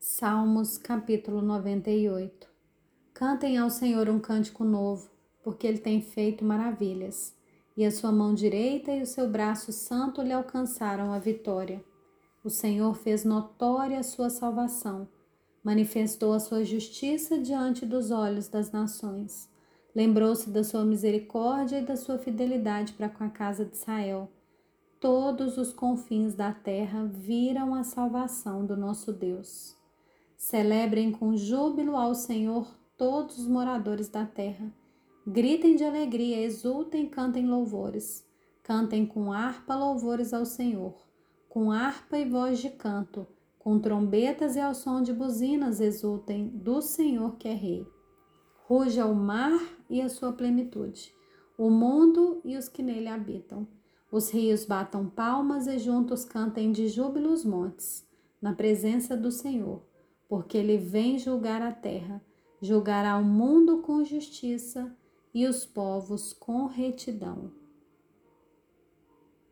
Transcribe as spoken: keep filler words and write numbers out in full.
Salmos capítulo noventa e oito. Cantem ao Senhor um cântico novo, porque Ele tem feito maravilhas, e a sua mão direita e o seu braço santo lhe alcançaram a vitória. O Senhor fez notória a sua salvação, manifestou a sua justiça diante dos olhos das nações. Lembrou-se da sua misericórdia e da sua fidelidade para com a casa de Israel. Todos os confins da terra viram a salvação do nosso Deus. Celebrem com júbilo ao Senhor todos os moradores da terra. Gritem de alegria, exultem, cantem louvores. Cantem com harpa louvores ao Senhor, com harpa e voz de canto, com trombetas e ao som de buzinas exultem do Senhor que é Rei. Ruja o mar e a sua plenitude, o mundo e os que nele habitam. Os rios batam palmas e juntos cantem de júbilo os montes, na presença do Senhor, porque ele vem julgar a terra, julgará o mundo com justiça e os povos com retidão.